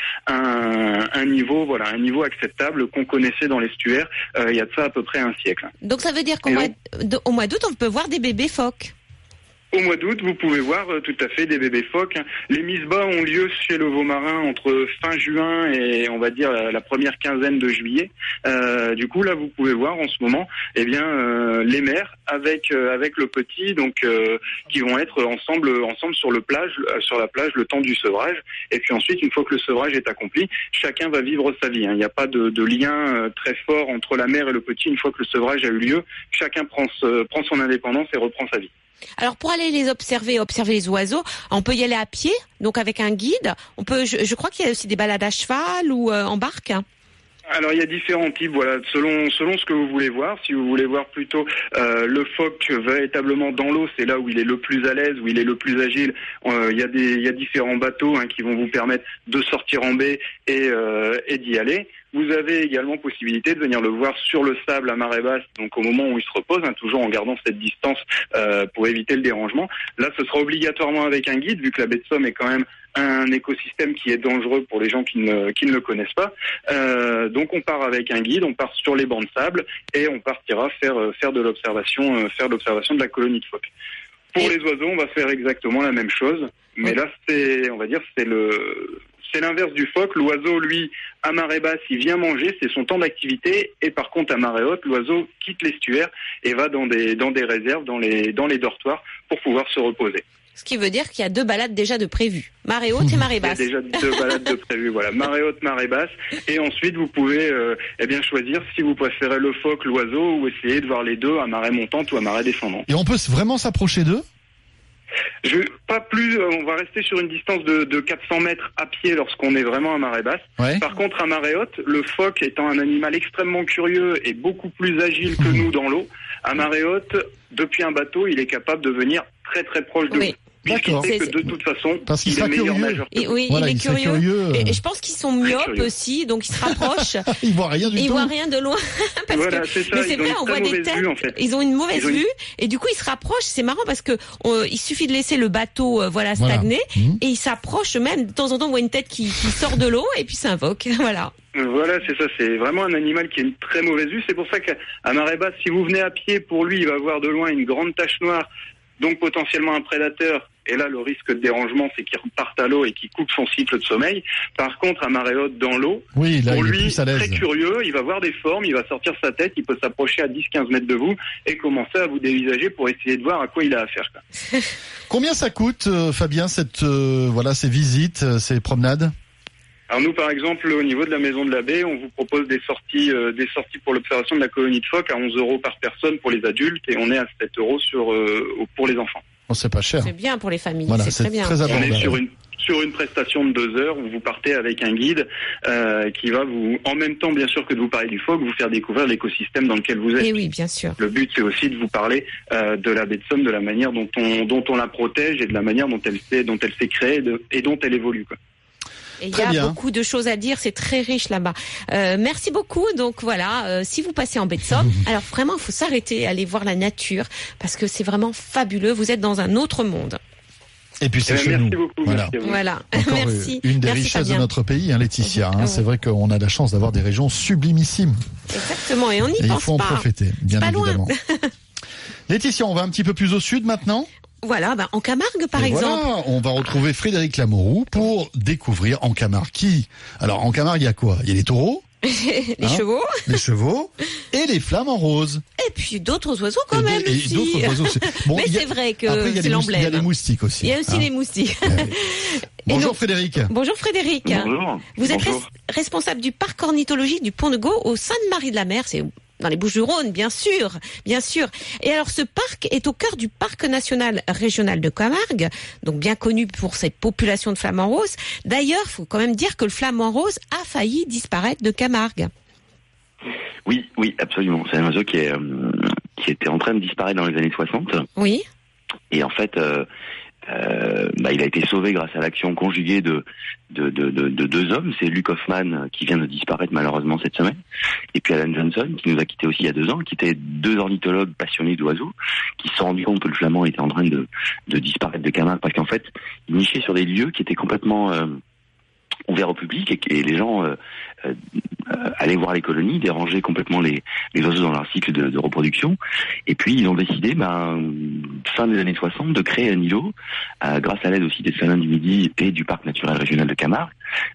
un niveau acceptable qu'on connaissait dans l'estuaire il y a de ça à peu près un siècle.
Donc ça veut dire qu'au mois d'août, on peut voir des bébés phoques.
Au mois d'août, vous pouvez voir tout à fait des bébés phoques. Les mises bas ont lieu chez le Vaumarin entre fin juin et on va dire la première quinzaine de juillet. Du coup, là, vous pouvez voir en ce moment, eh bien, les mères avec le petit, donc qui vont être ensemble sur la plage le temps du sevrage. Et puis ensuite, une fois que le sevrage est accompli, chacun va vivre sa vie. Il n'y a pas de lien très fort entre la mère et le petit. Une fois que le sevrage a eu lieu, chacun prend son indépendance et reprend sa vie.
Alors pour aller les observer les oiseaux, on peut y aller à pied, donc avec un guide. On peut, je crois qu'il y a aussi des balades à cheval ou en barque.
Alors il y a différents types, voilà, selon ce que vous voulez voir. Si vous voulez voir plutôt le phoque véritablement dans l'eau, c'est là où il est le plus à l'aise, où il est le plus agile. Il y a différents bateaux qui vont vous permettre de sortir en baie et d'y aller. Vous avez également possibilité de venir le voir sur le sable à marée basse, donc au moment où il se repose, toujours en gardant cette distance pour éviter le dérangement. Là, ce sera obligatoirement avec un guide, vu que la baie de Somme est quand même un écosystème qui est dangereux pour les gens qui ne le connaissent pas. Donc on part avec un guide, on part sur les bancs de sable et on partira faire de l'observation de la colonie de phoques. Pour les oiseaux, on va faire exactement la même chose, mais là c'est l'inverse du phoque. L'oiseau, lui, à marée basse, il vient manger, c'est son temps d'activité. Et par contre, à marée haute, l'oiseau quitte l'estuaire et va dans des réserves, dans les dortoirs, pour pouvoir se reposer.
Ce qui veut dire qu'il y a 2 balades déjà de prévues. Marée haute et marée basse.
Il y a déjà 2 balades de prévues, voilà. Marée haute, marée basse. Et ensuite, vous pouvez choisir si vous préférez le phoque, l'oiseau, ou essayer de voir les deux à marée montante ou à marée descendante.
Et on peut vraiment s'approcher d'eux ?
Pas plus, on va rester sur une distance de 400 mètres à pied lorsqu'on est vraiment à marée basse. Ouais. Par contre, à marée haute, le phoque étant un animal extrêmement curieux et beaucoup plus agile que nous dans l'eau, à marée haute, depuis un bateau, il est capable de venir très très proche de nous. Puisqu'il sait que de toute façon, il est meilleur nageur.
Oui, voilà, il est curieux. Et je pense qu'ils sont myopes aussi, donc ils se rapprochent.
Ils voient rien du tout.
Ils voient rien de loin.
C'est ça.
Mais c'est vrai, on voit des têtes. En fait. Ils ont une mauvaise vue, et du coup ils se rapprochent. C'est marrant parce que il suffit de laisser le bateau stagner, et ils s'approchent même. De temps en temps, on voit une tête qui sort de l'eau, et puis s'invoque. Voilà.
Voilà, c'est ça. C'est vraiment un animal qui a une très mauvaise vue. C'est pour ça qu'à marée basse, si vous venez à pied, pour lui, il va voir de loin une grande tache noire, donc potentiellement un prédateur. Et là, le risque de dérangement, c'est qu'il reparte à l'eau et qu'il coupe son cycle de sommeil. Par contre, à marée haute dans l'eau, pour lui, très curieux, il va voir des formes, il va sortir sa tête, il peut s'approcher à 10-15 mètres de vous et commencer à vous dévisager pour essayer de voir à quoi il a affaire.
Combien ça coûte, Fabien, ces visites, ces promenades ?
Alors nous, par exemple, au niveau de la Maison de la Baie, on vous propose des sorties pour l'observation de la colonie de phoques à 11 € par personne pour les adultes et on est à 7 € pour les enfants.
Oh, c'est pas cher.
C'est bien pour les familles,
voilà,
c'est très bien.
Très abordable.
On est sur une sur une prestation de 2 heures où vous partez avec un guide qui va vous, en même temps bien sûr que de vous parler du phoque, vous faire découvrir l'écosystème dans lequel vous êtes.
Et oui, bien sûr.
Le but c'est aussi de vous parler de la baie de Somme, de la manière dont on la protège et de la manière dont elle s'est créée et dont elle évolue, quoi.
Et il y a beaucoup de choses à dire, c'est très riche là-bas. Merci beaucoup. Donc voilà, si vous passez en baie de Somme, alors vraiment il faut s'arrêter, aller voir la nature parce que c'est vraiment fabuleux. Vous êtes dans un autre monde.
Et puis c'est chez nous.
Beaucoup,
voilà.
Encore
merci.
Une des
merci,
richesses
Fabien.
de notre pays, hein, Laetitia. Hein, c'est vrai qu'on a la chance d'avoir des régions sublimissimes.
Exactement. Et on n'y pense pas.
Il faut en profiter, bien évidemment.
Loin.
Laetitia, on va un petit peu plus au sud maintenant.
Voilà, en Camargue par exemple.
Voilà, on va retrouver Frédéric Lamourou pour découvrir en Camargue qui. Alors en Camargue, il y a quoi? Il y a les taureaux.
Les chevaux.
Les chevaux et les flamants roses.
Et puis d'autres oiseaux quand même aussi.
D'autres oiseaux aussi. Bon,
mais c'est vrai que
après,
c'est l'emblème.
Il y a les moustiques aussi.
Il y a aussi les moustiques.
Bonjour
donc,
Frédéric.
Bonjour Frédéric.
Bonjour.
Vous êtes responsable du parc ornithologique du Pont de Gau au Sainte-Marie-de-la-Mer. C'est dans les Bouches-du-Rhône, bien sûr. Et alors, ce parc est au cœur du parc national régional de Camargue, donc bien connu pour cette population de flamants roses. D'ailleurs, il faut quand même dire que le flamant rose a failli disparaître de Camargue.
Oui, absolument. C'est un oiseau qui était en train de disparaître dans les années 60.
Oui.
Et en fait, il a été sauvé grâce à l'action conjuguée de 2 hommes. C'est Luc Hoffman qui vient de disparaître malheureusement cette semaine, et puis Alan Johnson qui nous a quittés aussi il y a 2 ans, qui étaient 2 ornithologues passionnés d'oiseaux qui se sont rendus compte que le flamand était en train de disparaître de Camargue parce qu'en fait, il nichait sur des lieux qui étaient complètement ouverts au public et les gens allaient voir les colonies, déranger complètement les oiseaux dans leur cycle de reproduction. Et puis ils ont décidé, fin des années 60, de créer un îlot, grâce à l'aide aussi des Salins du Midi et du parc naturel régional de Camargue,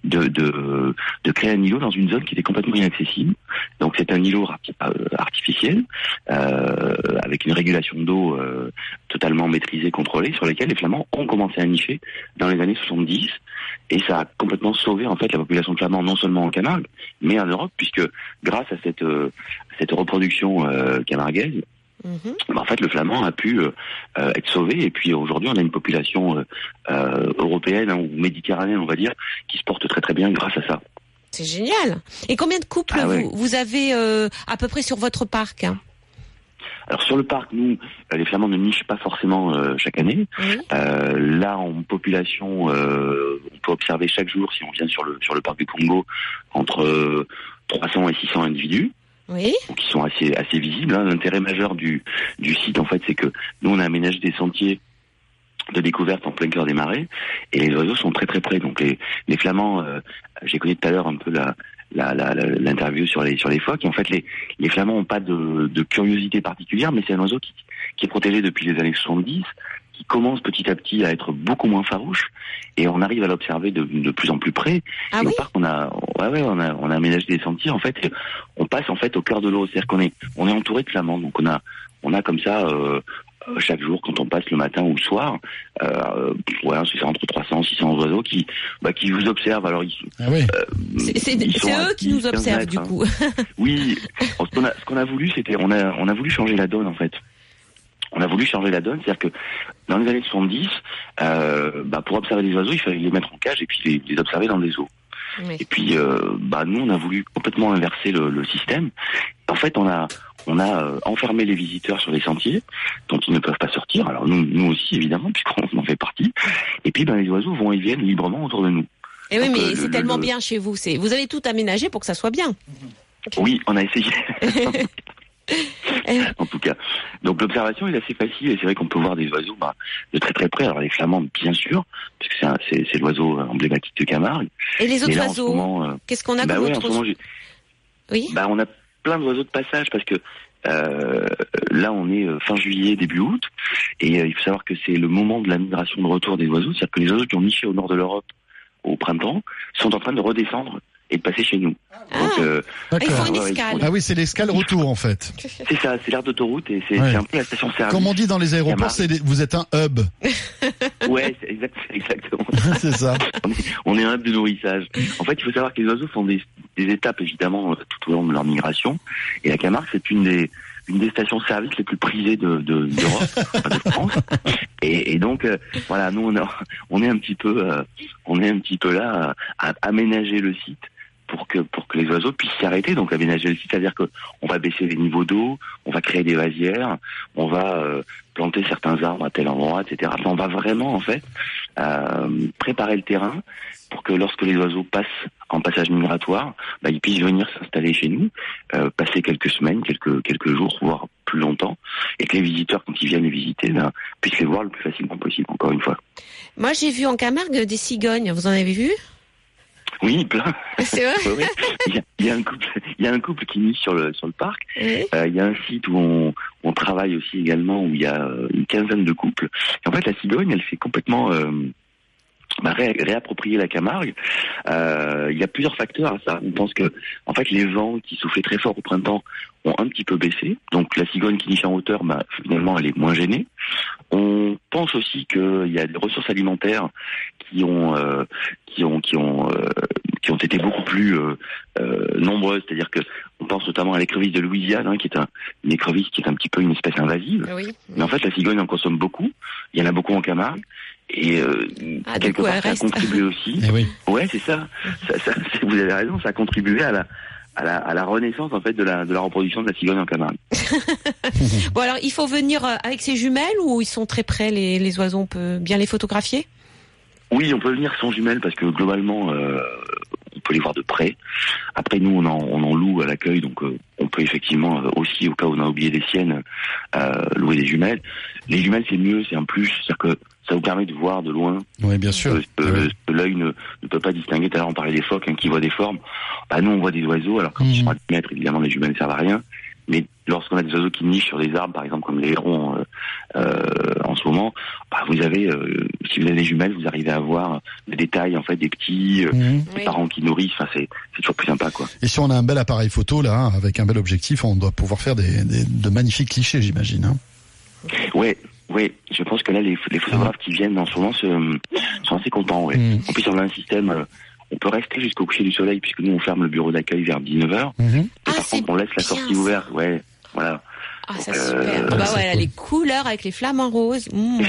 de créer un îlot dans une zone qui était complètement inaccessible. Donc c'est un îlot artificiel, avec une régulation d'eau totalement maîtrisée, contrôlée, sur lesquels les flamands ont commencé à nicher dans les années 70. Et ça a complètement sauvé en fait la population de flamands, non seulement en Camargue, mais en Europe, puisque grâce à cette reproduction camarguaise, en fait, le flamand a pu être sauvé. Et puis aujourd'hui, on a une population européenne ou méditerranéenne, on va dire, qui se porte très très bien grâce à ça.
C'est génial. Et combien de couples vous avez à peu près sur votre parc?
Alors sur le parc, nous, les flamands ne nichent pas forcément chaque année. Là, en population, on peut observer chaque jour, si on vient sur le parc du Congo, entre 300 et 600 individus.
Oui.
Donc ils sont assez visibles. Hein. L'intérêt majeur du site, en fait, c'est que nous, on a aménagé des sentiers de découverte en plein cœur des marais, et les oiseaux sont très très près. Donc les flamands, j'ai connu tout à l'heure un peu l'interview sur les phoques, et en fait les flamands n'ont pas de curiosité particulière, mais c'est un oiseau qui est protégé depuis les années 70, qui commence petit à petit à être beaucoup moins farouche, et on arrive à l'observer de plus en plus près.
Ah
et
oui.
au parc, on a aménagé des sentiers, en fait, et on passe en fait au cœur de l'eau, c'est-à-dire qu'on est entouré de flamands, donc on a comme ça chaque jour, quand on passe le matin ou le soir, c'est entre 300 et 600 oiseaux qui vous observent. Alors
c'est eux qui nous observent du coup.
Oui, ce qu'on a voulu, c'était on a voulu changer la donne en fait. On a voulu changer la donne, c'est-à-dire que dans les années 70, pour observer les oiseaux, il fallait les mettre en cage et puis les observer dans des eaux. Oui. Et puis, nous, on a voulu complètement inverser le système. En fait, on a enfermé les visiteurs sur les sentiers, dont ils ne peuvent pas sortir. Alors nous aussi, évidemment, puisqu'on en fait partie. Et puis, les oiseaux vont et viennent librement autour de nous.
Et donc, oui, mais c'est tellement bien chez vous. Vous avez tout aménagé pour que ça soit bien.
Oui, on a essayé. En tout cas. Donc l'observation est assez facile, et c'est vrai qu'on peut voir des oiseaux de très très près. Alors les flamands, bien sûr, parce que c'est l'oiseau emblématique de Camargue.
Et les autres oiseaux, qu'est-ce qu'on a comme autre oiseau? Oui.
On a plein d'oiseaux de passage, parce que là on est fin juillet, début août, et il faut savoir que c'est le moment de la migration de retour des oiseaux, c'est-à-dire que les oiseaux qui ont niché au nord de l'Europe au printemps sont en train de redescendre et de passer chez nous. Donc,
ils font une escale.
Ah oui, c'est l'escale retour en fait.
C'est ça, c'est l'aire d'autoroute, et c'est un peu la station service.
Comme on dit dans les aéroports, vous êtes un hub.
Ouais, c'est exactement.
C'est ça.
On est un hub de nourrissage. En fait, il faut savoir que les oiseaux font des étapes évidemment tout au long de leur migration, et la Camargue, c'est une des stations-service les plus prisées d'Europe, de France. Et donc voilà, nous on est un petit peu là à aménager le site pour que les oiseaux puissent s'y arrêter. Donc aménager le site, c'est-à-dire que on va baisser les niveaux d'eau, on va créer des vasières, on va planter certains arbres à tel endroit, etc. Enfin, on va vraiment en fait préparer le terrain pour que lorsque les oiseaux passent en passage migratoire, ils puissent venir s'installer chez nous, passer quelques semaines, quelques jours, voire plus longtemps, et que les visiteurs, quand ils viennent les visiter, puissent les voir le plus facilement possible, encore une fois.
Moi, j'ai vu en Camargue des cigognes. Vous en avez vu ?
Oui, plein.
C'est vrai.
Oui. Il y a un couple qui niche sur le parc. Oui. Il y a un site où on travaille aussi également, où il y a une quinzaine de couples. Et en fait, la cigogne, elle fait complètement réapproprier la Camargue. Il y a plusieurs facteurs à ça. On pense que, en fait, les vents qui soufflaient très fort au printemps ont un petit peu baissé. Donc, la cigogne qui niche en hauteur, finalement, elle est moins gênée. On pense aussi qu'il y a des ressources alimentaires qui ont été beaucoup plus nombreuses. C'est-à-dire que on pense notamment à l'écrevisse de Louisiane, qui est une écrevisse qui est un petit peu une espèce invasive. Oui. Mais en fait, la cigogne en consomme beaucoup. Il y en a beaucoup en Camargue. Et quelque part, ça a contribué aussi.
Oui.
Ouais, c'est ça. Vous avez raison, ça a contribué à la renaissance en fait de la reproduction de la cigogne en Camargue.
Bon, alors il faut venir avec ses jumelles ou ils sont très près, les oiseaux, on peut bien les photographier ?
Oui, on peut venir sans jumelles parce que globalement on peut les voir de près. Après nous on en loue à l'accueil, donc on peut effectivement aussi, au cas où on a oublié des siennes, louer des jumelles. Les jumelles c'est mieux, c'est un plus, c'est-à-dire que ça vous permet de voir de loin.
Oui, bien sûr.
L'œil ne peut pas distinguer. Tout à l'heure on parlait des phoques qui voient des formes. Nous on voit des oiseaux, alors quand ils sont à 10 mètres, évidemment les jumelles ne servent à rien. Mais lorsqu'on a des oiseaux qui nichent sur des arbres, par exemple comme les hérons en ce moment, vous avez, si vous avez des jumelles, vous arrivez à voir des détails, en fait, des petits, des parents qui nourrissent. Enfin, c'est toujours plus sympa, quoi.
Et si on a un bel appareil photo là, avec un bel objectif, on doit pouvoir faire de magnifiques clichés, j'imagine. Hein.
Ouais. Oui, je pense que là, les photographes qui viennent en ce moment sont assez contents. Ouais. En plus, on a un système. On peut rester jusqu'au coucher du soleil puisque nous on ferme le bureau d'accueil vers 19h. Et par contre on laisse la sortie ouverte. Ouais, voilà.
Ah, ça super. Voilà, les couleurs avec les flamants roses.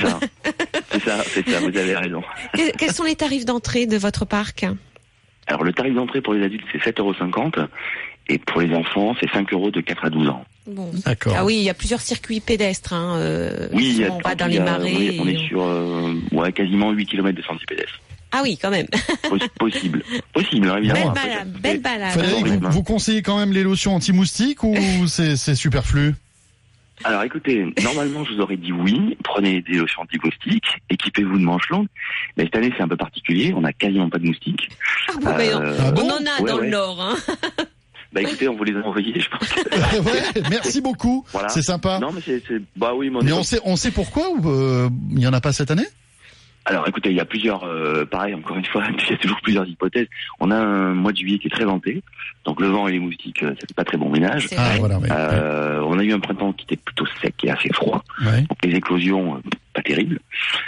C'est ça, vous avez raison.
Quels sont les tarifs d'entrée de votre parc ?
Alors le tarif d'entrée pour les adultes c'est 7,50 € et pour les enfants c'est 5 € de 4 à 12 ans.
Bon. D'accord. Ah oui, il y a plusieurs circuits pédestres.
Oui,
on va dans les marais.
On est sur quasiment 8 km de sentiers pédestres.
Ah oui, quand même.
Possible, évidemment.
Belle balade.
Frédéric, vous conseillez quand même les lotions anti-moustiques ou c'est superflu ?
Alors écoutez, normalement je vous aurais dit oui, prenez des lotions anti-moustiques, équipez-vous de manches longues, mais cette année c'est un peu particulier, on n'a quasiment pas de moustiques.
On en a dans le Nord. Hein.
Écoutez, on vous les a envoyés, je pense.
Ouais, merci beaucoup, voilà. C'est sympa.
Non mais c'est oui,
mais on sait pourquoi ou il n'y en a pas cette année ?
Alors écoutez, il y a plusieurs, pareil, encore une fois, il y a toujours plusieurs hypothèses. On a un mois de juillet qui est très venté, donc le vent et les moustiques, ça fait pas très bon ménage.
Voilà,
on a eu un printemps qui était plutôt sec et assez froid, donc les écousions, pas terribles.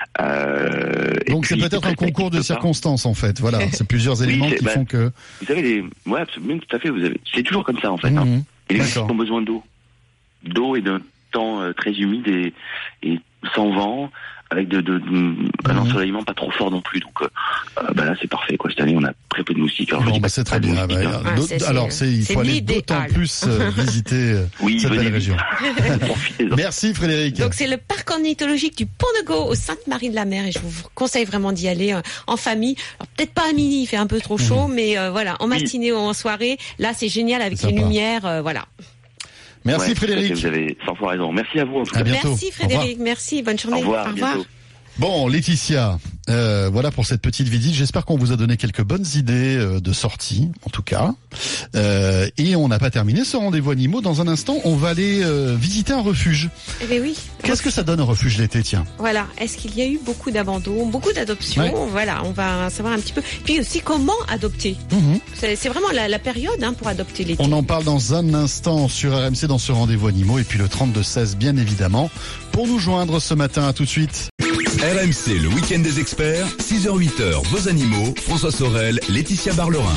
Donc c'est peut-être un concours de circonstances en fait, voilà, c'est plusieurs éléments qui font que...
Vous savez, absolument, tout à fait, c'est toujours comme ça en fait. Et les moustiques ont besoin d'eau et d'un temps très humide et sans vent, avec un ensoleillement pas trop fort non plus. Donc là c'est parfait quoi. Cette année on a très peu de moustiques. Alors,
c'est très bien. Il faut aller d'autant plus visiter cette belle région. Merci Frédéric.
Donc c'est le parc ornithologique du Pont de Gau au Sainte-Marie-de-la-Mer et je vous conseille vraiment d'y aller en famille. Alors peut-être pas à midi, il fait un peu trop chaud, mais voilà, en matinée ou en soirée, là c'est génial avec les lumières, voilà.
Merci Frédéric.
Vous avez 100 fois raison. Merci à vous en tout cas.
À bientôt.
Merci Frédéric, merci, bonne journée.
Au revoir. Bientôt.
Bon, Laetitia, voilà pour cette petite visite. J'espère qu'on vous a donné quelques bonnes idées de sortie, en tout cas. Et on n'a pas terminé ce rendez-vous animaux. Dans un instant, on va aller visiter un refuge.
Eh bien oui.
Qu'est-ce que ça donne un refuge l'été, tiens ?
Voilà. Est-ce qu'il y a eu beaucoup d'abandons, beaucoup d'adoptions ? Voilà, on va savoir un petit peu. Puis aussi, comment adopter ? C'est vraiment la période pour adopter l'été.
On en parle dans un instant sur RMC dans ce rendez-vous animaux. Et puis le 32-16, bien évidemment, pour nous joindre ce matin. À tout de suite.
RMC, le week-end des experts, 6h-8h, vos animaux, François Sorel, Laetitia Barlerin.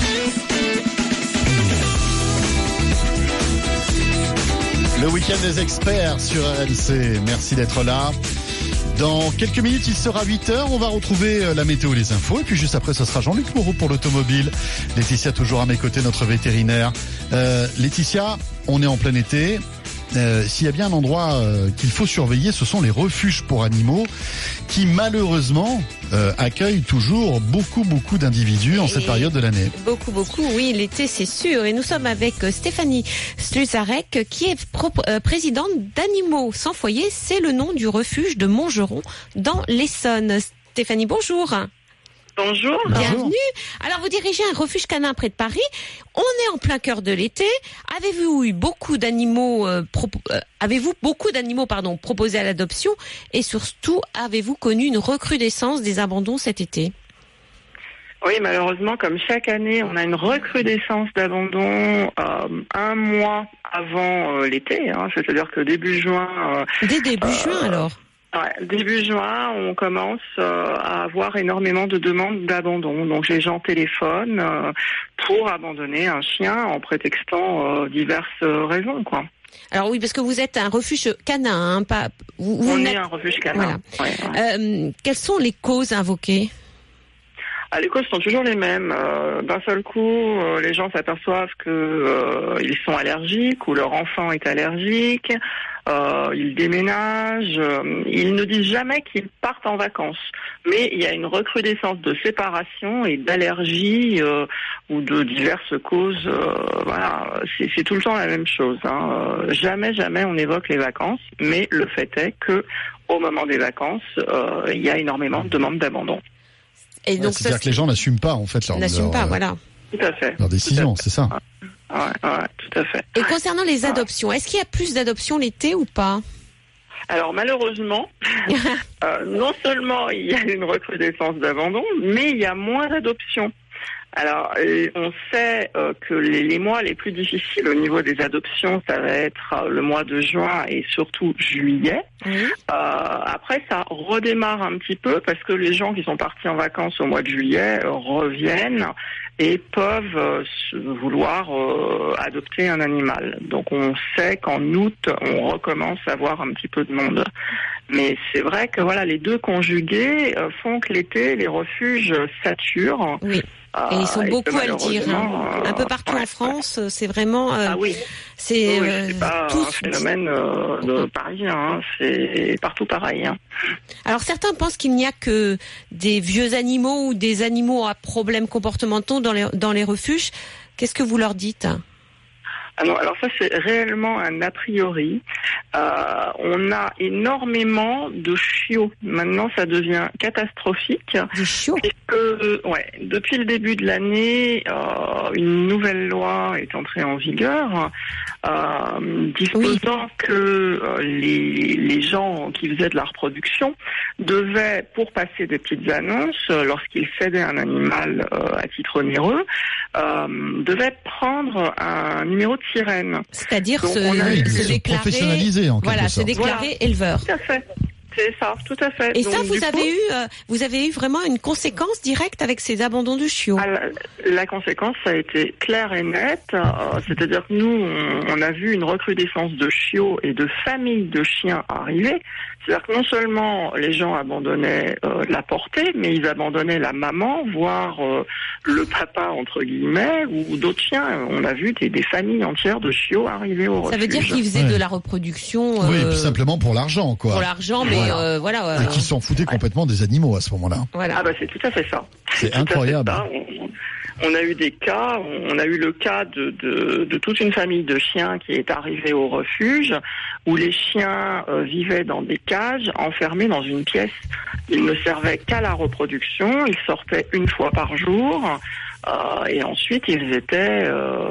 Le week-end des experts sur RMC, merci d'être là. Dans quelques minutes, il sera 8h. On va retrouver la météo et les infos. Et puis juste après, ce sera Jean-Luc Moreau pour l'automobile. Laetitia, toujours à mes côtés, notre vétérinaire. Laetitia, on est en plein été. S'il y a bien un endroit qu'il faut surveiller, ce sont les refuges pour animaux qui malheureusement accueillent toujours beaucoup d'individus en cette période de l'année.
Beaucoup, oui, l'été c'est sûr. Et nous sommes avec Stéphanie Sluzarek qui est présidente d'Animaux sans foyer. C'est le nom du refuge de Montgeron dans l'Essonne. Stéphanie, bonjour.
Bonjour.
Bienvenue. Alors, vous dirigez un refuge canin près de Paris. On est en plein cœur de l'été. Avez-vous eu beaucoup d'animaux, proposés à l'adoption? Et surtout, avez-vous connu une recrudescence des abandons cet été?
Oui, malheureusement, comme chaque année, on a une recrudescence d'abandon un mois avant l'été. C'est-à-dire que début juin...
Dès début juin, alors?
Ouais, début juin, on commence à avoir énormément de demandes d'abandon. Donc les gens téléphonent pour abandonner un chien en prétextant diverses raisons, quoi.
Alors oui, parce que vous êtes un refuge canin, pas.
On est un refuge canin.
Voilà. Ouais. Quelles sont les causes invoquées?
Les causes sont toujours les mêmes. D'un seul coup, les gens s'aperçoivent que ils sont allergiques ou leur enfant est allergique. Ils déménagent. Ils ne disent jamais qu'ils partent en vacances. Mais il y a une recrudescence de séparation et d'allergie ou de diverses causes. Voilà, c'est tout le temps la même chose. Jamais on évoque les vacances. Mais le fait est que au moment des vacances, il y a énormément de demandes d'abandon.
Et donc
c'est-à-dire que les gens n'assument pas en fait
voilà.
Tout à fait.
Leur décision, c'est ça.
Ouais, tout à fait.
Et concernant les adoptions, est-ce qu'il y a plus d'adoptions l'été ou pas?
Alors malheureusement, non seulement il y a une recrudescence d'abandon, mais il y a moins d'adoptions. Alors, on sait que les mois les plus difficiles au niveau des adoptions, ça va être le mois de juin et surtout juillet. Oui. Après, ça redémarre un petit peu parce que les gens qui sont partis en vacances au mois de juillet reviennent et peuvent vouloir adopter un animal. Donc, on sait qu'en août, on recommence à avoir un petit peu de monde. Mais c'est vrai que voilà, les deux conjugués font que l'été, les refuges saturent.
Oui. Et ils sont beaucoup à le dire. Un peu partout en France, c'est vraiment...
c'est pas un phénomène parisien, c'est partout pareil.
Alors certains pensent qu'il n'y a que des vieux animaux ou des animaux à problèmes comportementaux dans les refuges. Qu'est-ce que vous leur dites ?
Alors ça c'est réellement un a priori. On a énormément de chiots. Maintenant ça devient catastrophique.
Des chiots ?
Depuis le début de l'année, une nouvelle loi est entrée en vigueur, disposant que les gens qui faisaient de la reproduction devaient, pour passer des petites annonces, lorsqu'ils cédaient un animal à titre onéreux, devaient prendre un numéro de sirène.
C'est-à-dire se déclarer
professionnalisé en quelque sorte.
Se déclarer éleveur.
Tout à fait. C'est ça, tout à fait.
Et donc, ça, vous avez eu vraiment une conséquence directe avec ces abandons de chiots?
La conséquence, ça a été claire et nette. C'est-à-dire que nous, on a vu une recrudescence de chiots et de familles de chiens arriver. C'est-à-dire que non seulement les gens abandonnaient la portée, mais ils abandonnaient la maman, voire le papa, entre guillemets, ou d'autres chiens. On a vu des familles entières de chiots arriver au refuge.
Ça veut dire qu'ils faisaient de la reproduction...
Oui, tout simplement pour l'argent, quoi.
Pour l'argent, mais voilà.
Et qui s'en foutaient complètement des animaux à ce moment-là.
Voilà.
Ah bah c'est tout à fait ça.
C'est incroyable.
On a eu des cas, on a eu le cas de toute une famille de chiens qui est arrivée au refuge, où les chiens vivaient dans des cages, enfermés dans une pièce. Ils ne servaient qu'à la reproduction, ils sortaient une fois par jour. Et ensuite, ils étaient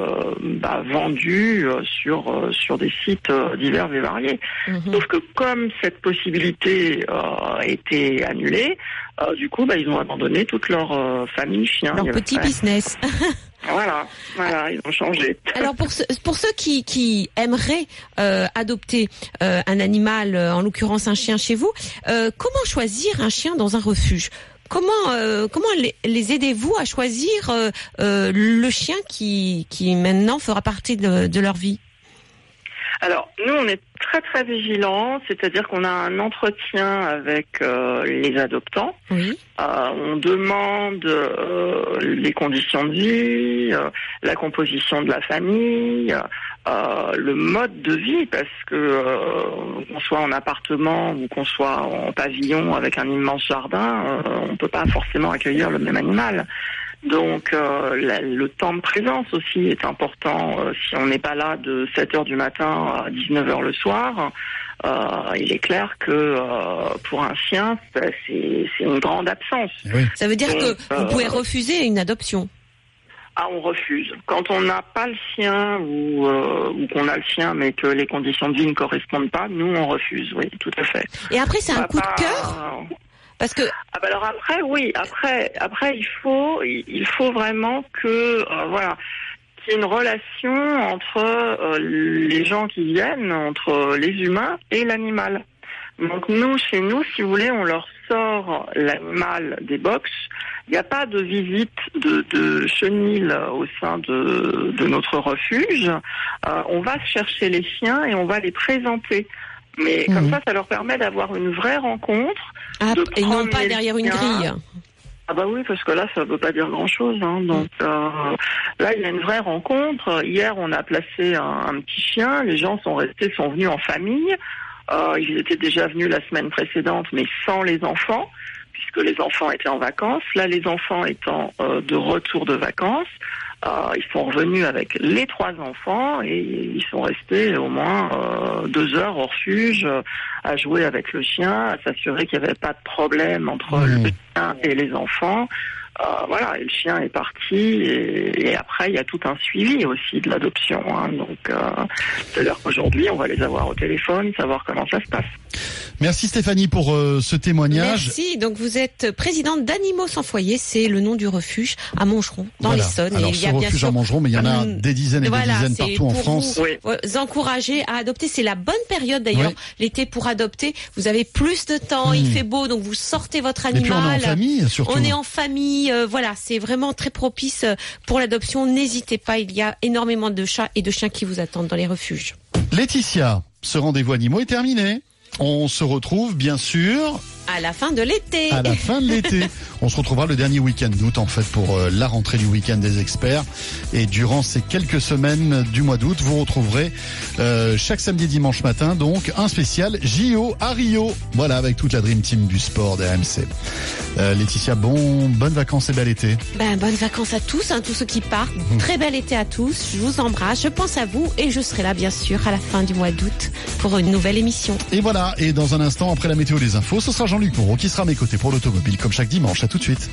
vendus sur des sites divers et variés. Mm-hmm. Sauf que comme cette possibilité était annulée, du coup, ils ont abandonné toute leur famille chien.
Leur petit business.
Voilà, ils ont changé.
Alors pour ceux qui aimeraient adopter un animal, en l'occurrence un chien chez vous, comment choisir un chien dans un refuge ? Comment les aidez-vous à choisir le chien qui maintenant fera partie de leur vie ?
Alors, nous, on est très, très vigilants, c'est-à-dire qu'on a un entretien avec les adoptants.
Oui.
On demande les conditions de vie, la composition de la famille, le mode de vie, parce que qu'on soit en appartement ou qu'on soit en pavillon avec un immense jardin, on ne peut pas forcément accueillir le même animal. Donc le temps de présence aussi est important. Si on n'est pas là de 7h du matin à 19h le soir, il est clair que pour un chien, c'est une grande absence.
Oui.
Ça veut dire que vous pouvez refuser une adoption.
Ah, on refuse. Quand on n'a pas le chien ou qu'on a le chien mais que les conditions de vie ne correspondent pas, nous on refuse, oui, tout à fait.
Et après, c'est un coup de cœur parce que...
Ah bah alors après, oui, après il faut vraiment que, voilà, qu'il y ait une relation entre les gens qui viennent, entre les humains et l'animal. Donc nous, chez nous, si vous voulez, on leur sort l'animal des box. Il n'y a pas de visite de chenil au sein de notre refuge. On va chercher les chiens et on va les présenter. Mais comme ça leur permet d'avoir une vraie rencontre.
Et non pas derrière une grille.
Ah bah oui, parce que là, ça ne veut pas dire grand-chose. Hein. Donc là, il y a une vraie rencontre. Hier, on a placé un petit chien. Les gens sont venus en famille. Ils étaient déjà venus la semaine précédente, mais sans les enfants, puisque les enfants étaient en vacances. Là, les enfants étant de retour de vacances, ils sont revenus avec les 3 enfants et ils sont restés au moins 2 heures au refuge à jouer avec le chien, à s'assurer qu'il n'y avait pas de problème entre le chien et les enfants. Voilà, et le chien est parti et après il y a tout un suivi aussi de l'adoption. Hein, donc c'est-à-dire qu'aujourd'hui on va les avoir au téléphone, savoir comment ça se passe.
Merci Stéphanie pour ce témoignage.
Merci. Donc vous êtes présidente d'Animaux sans foyer, c'est le nom du refuge à Montgeron, dans l'Essonne.
Alors
et il y a
refuge à Montgeron, mais il y en a des dizaines et des dizaines partout en France.
Vous encourager à adopter, c'est la bonne période d'ailleurs, l'été pour adopter. Vous avez plus de temps, il fait beau, donc vous sortez votre animal.
Et puis on est en famille surtout.
On est en famille, voilà, c'est vraiment très propice pour l'adoption. N'hésitez pas, il y a énormément de chats et de chiens qui vous attendent dans les refuges.
Laetitia, ce rendez-vous animaux est terminé. On se retrouve bien sûr
à la fin de l'été.
À la fin de l'été. On se retrouvera le dernier week-end d'août en fait pour la rentrée du week-end des experts. Et durant ces quelques semaines du mois d'août, vous retrouverez chaque samedi et dimanche matin donc un spécial JO à Rio. Voilà, avec toute la Dream Team du sport des RMC. Laetitia, bonnes vacances et bel été.
Bonnes vacances à tous, tous ceux qui partent. Très bel été à tous. Je vous embrasse, je pense à vous et je serai là bien sûr à la fin du mois d'août pour une nouvelle émission.
Et voilà, et dans un instant après la météo des infos, ce sera Jean-Luc Moreau qui sera à mes côtés pour l'automobile comme chaque dimanche. À tout de suite.